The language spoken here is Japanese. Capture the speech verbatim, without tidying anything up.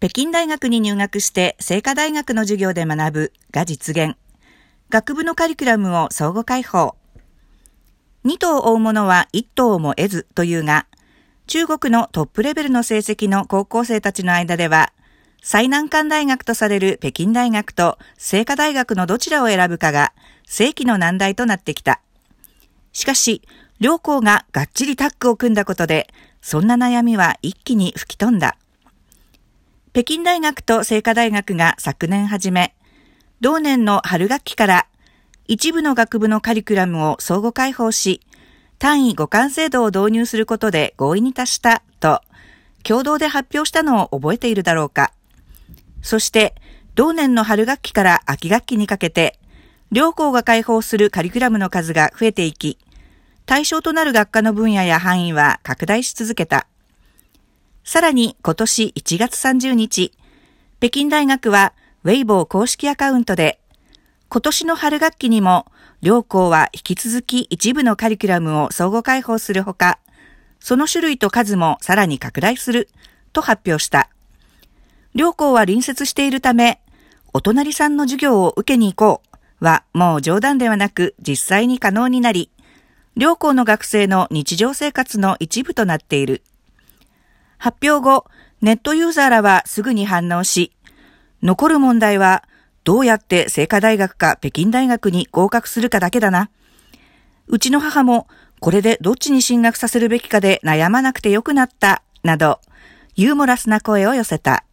北京大学に入学して清華大学の授業で学ぶが実現。学部のカリキュラムを相互開放。二等を追う者は一等をも得ずというが、中国のトップレベルの成績の高校生たちの間では、最難関大学とされる北京大学と清華大学のどちらを選ぶかが世紀の難題となってきた。しかし、両校ががっちりタッグを組んだことで、そんな悩みは一気に吹き飛んだ。北京大学と清華大学が昨年初め、同年の春学期から一部の学部のカリキュラムを相互開放し、単位互換制度を導入することで合意に達したと、共同で発表したのを覚えているだろうか。そして、同年の春学期から秋学期にかけて、両校が開放するカリキュラムの数が増えていき、対象となる学科の分野や範囲は拡大し続けた。さらに今年いちがつさんじゅうにち、北京大学はウェイボー公式アカウントで、今年の春学期にも両校は引き続き一部のカリキュラムを相互開放するほか、その種類と数もさらに拡大すると発表した。両校は隣接しているため、お隣さんの授業を受けに行こうはもう冗談ではなく実際に可能になり、両校の学生の日常生活の一部となっている。発表後、ネットユーザーらはすぐに反応し、残る問題はどうやって清華大学か北京大学に合格するかだけだな。うちの母もこれでどっちに進学させるべきかで悩まなくてよくなった、など、ユーモラスな声を寄せた。